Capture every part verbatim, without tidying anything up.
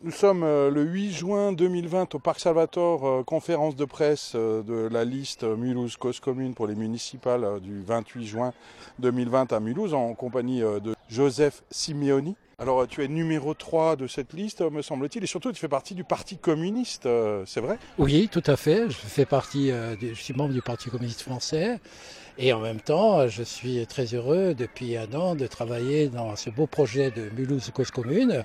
Nous sommes le huit juin deux mille vingt au Parc Salvatore, conférence de presse de la liste Mulhouse Cause Commune pour les municipales du vingt-huit juin deux mille vingt à Mulhouse en compagnie de Joseph Simeoni. Alors tu es numéro trois de cette liste, me semble-t-il, et surtout tu fais partie du Parti communiste, c'est vrai ? Oui, tout à fait. Je fais partie, je suis membre du Parti communiste français. Et en même temps, je suis très heureux depuis un an de travailler dans ce beau projet de Mulhouse Cause Commune,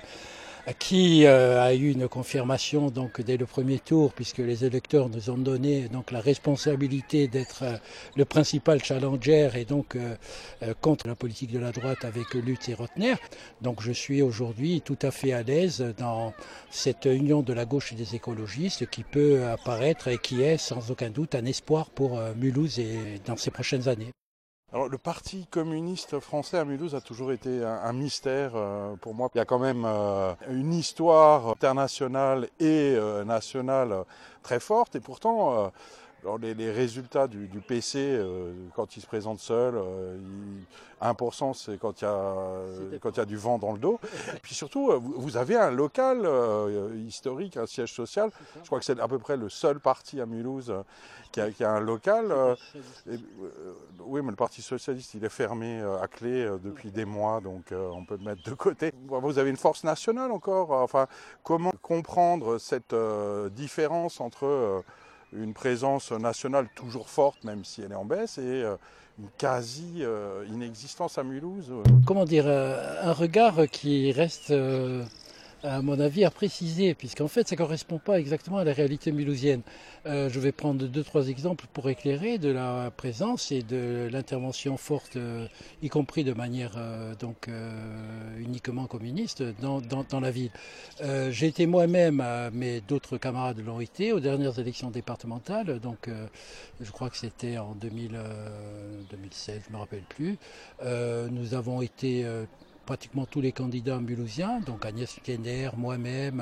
qui euh, a eu une confirmation donc dès le premier tour, puisque les électeurs nous ont donné donc la responsabilité d'être euh, le principal challenger et donc euh, euh, contre la politique de la droite avec Lutz et Rotner. Donc je suis aujourd'hui tout à fait à l'aise dans cette union de la gauche et des écologistes qui peut apparaître et qui est sans aucun doute un espoir pour euh, Mulhouse et dans ces prochaines années. Alors, le Parti communiste français à Mulhouse a toujours été un, un mystère euh, pour moi. Il y a quand même euh, une histoire internationale et euh, nationale très forte et pourtant euh, alors les, les résultats du, du P C euh, quand il se présente seul, euh, il, un pour cent c'est quand il y a, quand il y a du vent dans le dos. Et puis surtout, vous, vous avez un local euh, historique, un siège social. Je crois que c'est à peu près le seul parti à Mulhouse euh, qui, a, qui a un local. Euh, et, euh, oui, mais le Parti socialiste, il est fermé euh, à clé euh, depuis des mois, donc euh, on peut le mettre de côté. Vous avez une force nationale encore. Enfin, comment comprendre cette euh, différence entre euh, une présence nationale toujours forte, même si elle est en baisse, et euh, une quasi-inexistence euh, à Mulhouse. Comment dire, euh, un regard qui reste, euh, à mon avis, à préciser, puisqu'en fait, ça ne correspond pas exactement à la réalité mulhousienne. Euh, je vais prendre deux, trois exemples pour éclairer de la présence et de l'intervention forte, euh, y compris de manière euh, donc euh, uniquement communiste, dans, dans, dans la ville. Euh, j'ai été moi-même, euh, mais d'autres camarades l'ont été, aux dernières élections départementales, donc euh, je crois que c'était en deux mille, euh, deux mille seize, je ne me rappelle plus. Euh, nous avons été euh, pratiquement tous les candidats mulhousiens, donc Agnès Kenner, moi-même,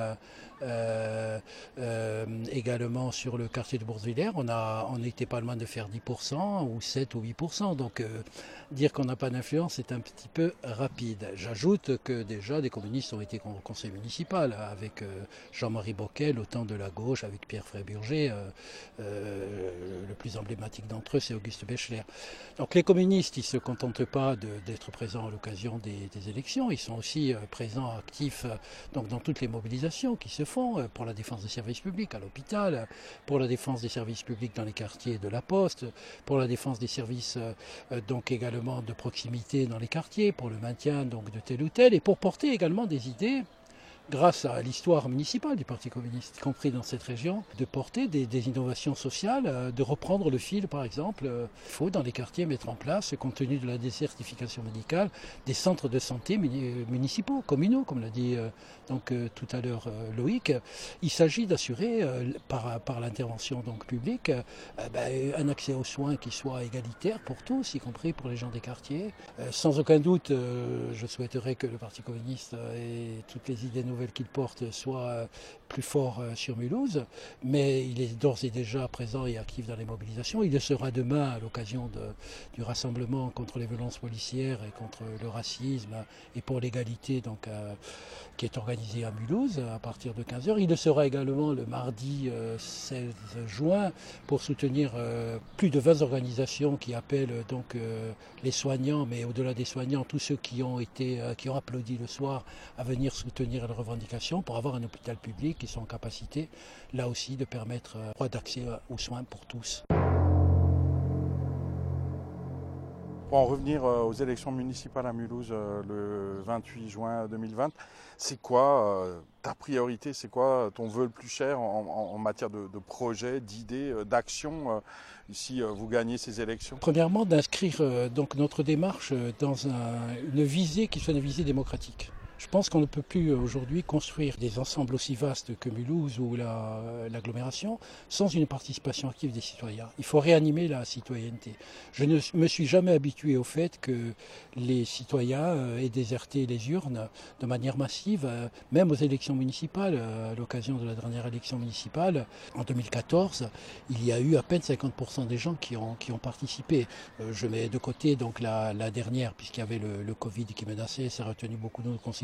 euh, euh, également sur le quartier de Boursvillers, on a, on n'était pas loin de faire dix pour cent ou sept ou huit pour cent, donc euh, dire qu'on n'a pas d'influence est un petit peu rapide. J'ajoute que déjà des communistes ont été au conseil municipal avec euh, Jean-Marie Bockel, au temps de la gauche, avec Pierre Frey-Burger, euh, euh, le plus emblématique d'entre eux c'est Auguste Bechler. Donc les communistes, ils ne se contentent pas de, d'être présents à l'occasion des, des élections, ils sont aussi euh, présents, actifs euh, donc dans toutes les mobilisations qui se font euh, pour la défense des services publics à l'hôpital, pour la défense des services publics dans les quartiers de la Poste, pour la défense des services euh, donc également de proximité dans les quartiers, pour le maintien donc de tel ou tel, et pour porter également des idées, grâce à l'histoire municipale du Parti communiste, y compris dans cette région, de porter des, des innovations sociales, de reprendre le fil par exemple. Il faut dans les quartiers mettre en place, compte tenu de la désertification médicale, des centres de santé municipaux, communaux, comme l'a dit euh, donc, euh, tout à l'heure euh, Loïc. Il s'agit d'assurer euh, par, par l'intervention donc, publique euh, ben, un accès aux soins qui soit égalitaire pour tous, y compris pour les gens des quartiers. Euh, sans aucun doute, euh, je souhaiterais que le Parti communiste ait toutes les idées nouvelles qu'il porte soit plus fort sur Mulhouse, mais il est d'ores et déjà présent et actif dans les mobilisations. Il le sera demain à l'occasion de, du rassemblement contre les violences policières et contre le racisme et pour l'égalité donc, euh, qui est organisé à Mulhouse à partir de quinze heures. Il le sera également le mardi euh, seize juin pour soutenir euh, plus de vingt organisations qui appellent donc euh, les soignants, mais au-delà des soignants, tous ceux qui ont été, euh, qui ont applaudi le soir à venir soutenir leurs revendications pour avoir un hôpital public qui soit en capacité, là aussi, de permettre euh, d'accès aux soins pour tous. Pour en revenir aux élections municipales à Mulhouse euh, le vingt-huit juin deux mille vingt, c'est quoi euh, ta priorité, c'est quoi ton vœu le plus cher en, en, en matière de, de projets, d'idées, euh, d'actions euh, si euh, vous gagnez ces élections? Premièrement, d'inscrire euh, donc notre démarche dans un, une visée qui soit une visée démocratique. Je pense qu'on ne peut plus aujourd'hui construire des ensembles aussi vastes que Mulhouse ou la, l'agglomération sans une participation active des citoyens. Il faut réanimer la citoyenneté. Je ne me suis jamais habitué au fait que les citoyens aient déserté les urnes de manière massive, même aux élections municipales. À l'occasion de la dernière élection municipale, en deux mille quatorze, il y a eu à peine cinquante pour cent des gens qui ont, qui ont participé. Je mets de côté donc la, la dernière, puisqu'il y avait le, le Covid qui menaçait, ça a retenu beaucoup de nos concitoyens.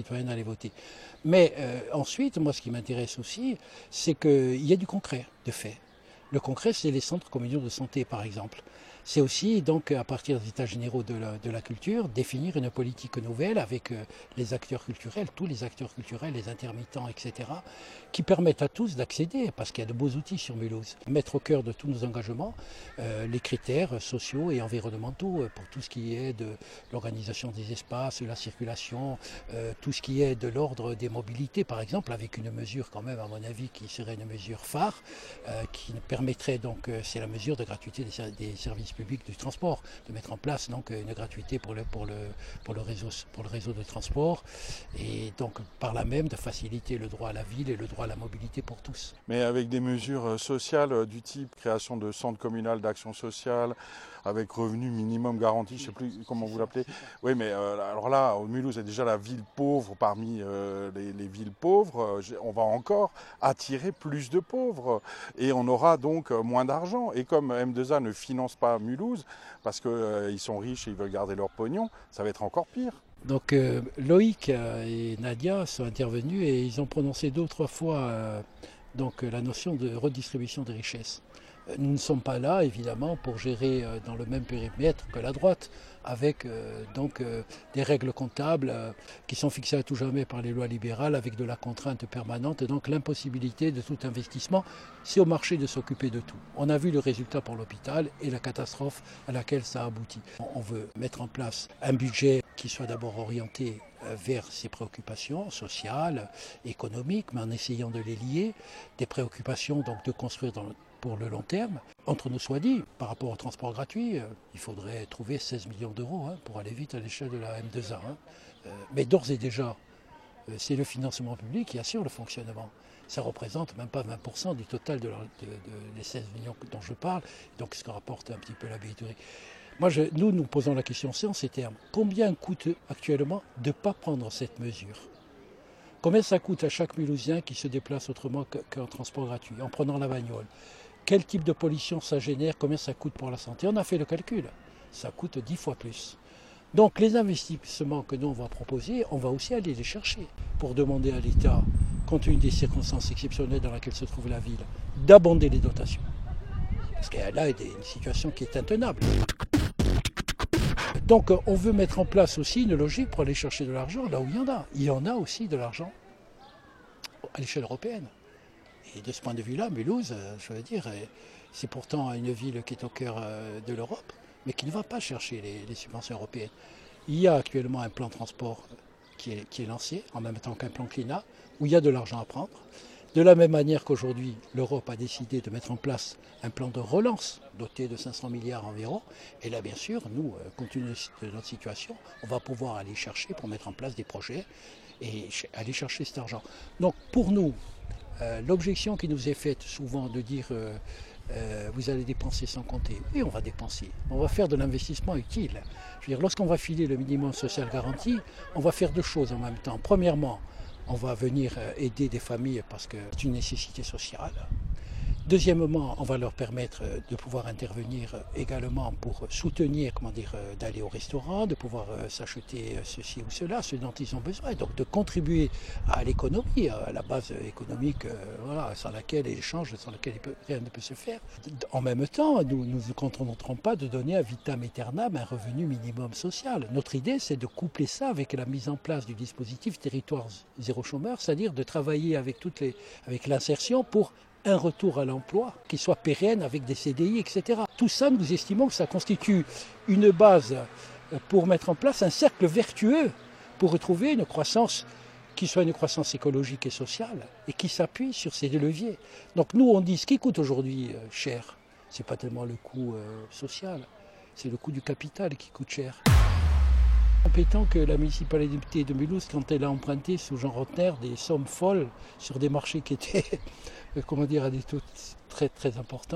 citoyens d'aller voter. Mais euh, ensuite, moi ce qui m'intéresse aussi, c'est qu'il y a du concret, de fait. Le concret, c'est les centres communaux de santé, par exemple. C'est aussi, donc, à partir des états généraux de la, de la culture, définir une politique nouvelle avec euh, les acteurs culturels, tous les acteurs culturels, les intermittents, et cetera, qui permettent à tous d'accéder, parce qu'il y a de beaux outils sur Mulhouse. Mettre au cœur de tous nos engagements euh, les critères sociaux et environnementaux pour tout ce qui est de l'organisation des espaces, la circulation, euh, tout ce qui est de l'ordre des mobilités, par exemple, avec une mesure quand même, à mon avis, qui serait une mesure phare, euh, qui permettrait donc, euh, c'est la mesure de gratuité des, des services public du transport, de mettre en place donc une gratuité pour le, pour le, pour le, réseau, pour le réseau de transport et donc par là même de faciliter le droit à la ville et le droit à la mobilité pour tous. Mais avec des mesures sociales du type création de centres communaux d'action sociale, avec revenu minimum garanti, je ne sais plus comment vous l'appelez. Oui, mais euh, alors là, Mulhouse est déjà la ville pauvre parmi euh, les, les villes pauvres. On va encore attirer plus de pauvres et on aura donc moins d'argent. Et comme M deux A ne finance pas Mulhouse, parce qu'ils euh, sont riches et ils veulent garder leur pognon, ça va être encore pire. Donc euh, Loïc et Nadia sont intervenus et ils ont prononcé deux ou trois fois euh, donc, la notion de redistribution des richesses. Nous ne sommes pas là, évidemment, pour gérer euh, dans le même périmètre que la droite, avec euh, donc euh, des règles comptables euh, qui sont fixées à tout jamais par les lois libérales, avec de la contrainte permanente, et donc l'impossibilité de tout investissement. C'est au marché de s'occuper de tout. On a vu le résultat pour l'hôpital et la catastrophe à laquelle ça aboutit. On veut mettre en place un budget qui soit d'abord orienté vers ces préoccupations sociales, économiques, mais en essayant de les lier, des préoccupations donc de construire dans le pour le long terme. Entre nous soit dit, par rapport au transport gratuit, euh, il faudrait trouver seize millions d'euros hein, pour aller vite à l'échelle de la M deux A. Hein. Euh, mais d'ores et déjà, euh, c'est le financement public qui assure le fonctionnement. Ça représente même pas vingt pour cent du total de, la, de, de les seize millions dont je parle, donc ce que rapporte un petit peu la billetterie. Moi, je, nous, nous posons la question en ces termes. Combien coûte actuellement de ne pas prendre cette mesure ? Combien ça coûte à chaque Mulhousien qui se déplace autrement qu'en transport gratuit, en prenant la bagnole ? Quel type de pollution ça génère, combien ça coûte pour la santé? On a fait le calcul, ça coûte dix fois plus. Donc les investissements que nous on va proposer, on va aussi aller les chercher pour demander à l'État, compte tenu des circonstances exceptionnelles dans lesquelles se trouve la ville, d'abonder les dotations. Parce qu'il y a là une situation qui est intenable. Donc on veut mettre en place aussi une logique pour aller chercher de l'argent là où il y en a. Il y en a aussi de l'argent à l'échelle européenne. Et de ce point de vue-là, Mulhouse, je veux dire, c'est pourtant une ville qui est au cœur de l'Europe, mais qui ne va pas chercher les, les subventions européennes. Il y a actuellement un plan transport qui est, qui est lancé, en même temps qu'un plan climat, où il y a de l'argent à prendre. De la même manière qu'aujourd'hui, l'Europe a décidé de mettre en place un plan de relance doté de cinq cents milliards environ. Et là, bien sûr, nous, compte tenu de notre situation, on va pouvoir aller chercher pour mettre en place des projets et aller chercher cet argent. Donc, pour nous, Euh, l'objection qui nous est faite souvent de dire euh, euh, vous allez dépenser sans compter. Oui, on va dépenser. On va faire de l'investissement utile. Je veux dire, lorsqu'on va filer le minimum social garanti, on va faire deux choses en même temps. Premièrement, on va venir aider des familles parce que c'est une nécessité sociale. Deuxièmement, on va leur permettre de pouvoir intervenir également pour soutenir, comment dire, d'aller au restaurant, de pouvoir s'acheter ceci ou cela, ce dont ils ont besoin, donc de contribuer à l'économie, à la base économique, voilà, sans laquelle et l'échange, sans laquelle rien ne peut se faire. En même temps, nous ne nous contenterons pas de donner à vitam aeternam un revenu minimum social. Notre idée, c'est de coupler ça avec la mise en place du dispositif territoire zéro chômeur, c'est-à-dire de travailler avec toutes les, avec l'insertion pour un retour à l'emploi qui soit pérenne avec des C D I, et cetera. Tout ça, nous estimons que ça constitue une base pour mettre en place un cercle vertueux pour retrouver une croissance qui soit une croissance écologique et sociale et qui s'appuie sur ces deux leviers. Donc nous, on dit ce qui coûte aujourd'hui euh, cher, c'est pas tellement le coût euh, social, c'est le coût du capital qui coûte cher. Compétent que la municipalité de Mulhouse, quand elle a emprunté sous Jean Rotner des sommes folles sur des marchés qui étaient, comment dire, à des taux très très importants,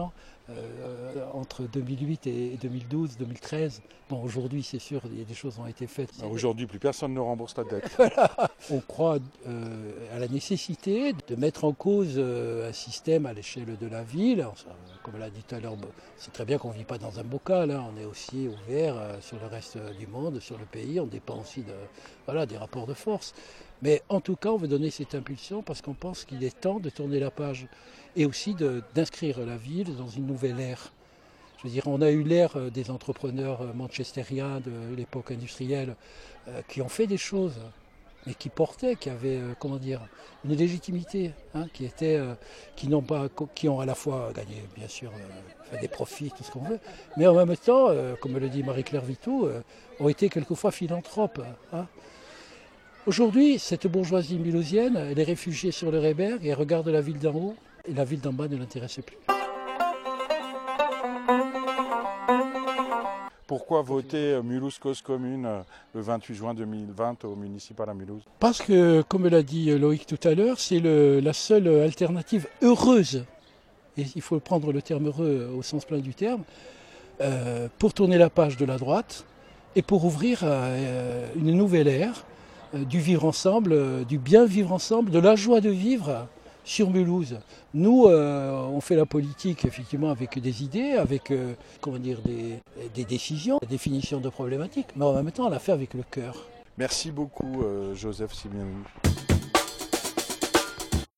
euh, entre deux mille huit et deux mille douze, deux mille treize. Bon, aujourd'hui, c'est sûr, il y a des choses qui ont été faites. Aujourd'hui, plus personne ne rembourse la dette. Voilà. On croit euh, à la nécessité de mettre en cause euh, un système à l'échelle de la ville. Comme l'a dit tout à l'heure, c'est très bien qu'on ne vit pas dans un bocal, hein. On est aussi ouvert euh, sur le reste du monde, sur le pays. On dépend aussi de, voilà, des rapports de force. Mais en tout cas, on veut donner cette impulsion parce qu'on pense qu'il est temps de tourner la page et aussi de, d'inscrire la ville dans une nouvelle ère. Je veux dire, on a eu l'ère des entrepreneurs manchestériens de l'époque industrielle euh, qui ont fait des choses, mais qui portaient, qui avaient, euh, comment dire, une légitimité, hein, qui étaient, euh, qui n'ont pas, qui ont à la fois gagné, bien sûr, euh, fait des profits, tout ce qu'on veut, mais en même temps, euh, comme le dit Marie-Claire Vitou, euh, ont été quelquefois philanthropes. Hein. Aujourd'hui, cette bourgeoisie mulhousienne, elle est réfugiée sur le Réberg et elle regarde la ville d'en haut, et la ville d'en bas ne l'intéresse plus. Pourquoi voter Mulhouse Cause Commune le vingt-huit juin deux mille vingt au municipal à Mulhouse? Parce que, comme l'a dit Loïc tout à l'heure, c'est le, la seule alternative heureuse, et il faut prendre le terme heureux au sens plein du terme, euh, pour tourner la page de la droite et pour ouvrir euh, une nouvelle ère euh, du vivre ensemble, euh, du bien vivre ensemble, de la joie de vivre sur Mulhouse. Nous, euh, on fait la politique effectivement avec des idées, avec euh, comment dire, des, des décisions, des définitions de problématiques, mais en même temps on la fait avec le cœur. Merci beaucoup euh, Joseph Simeoni.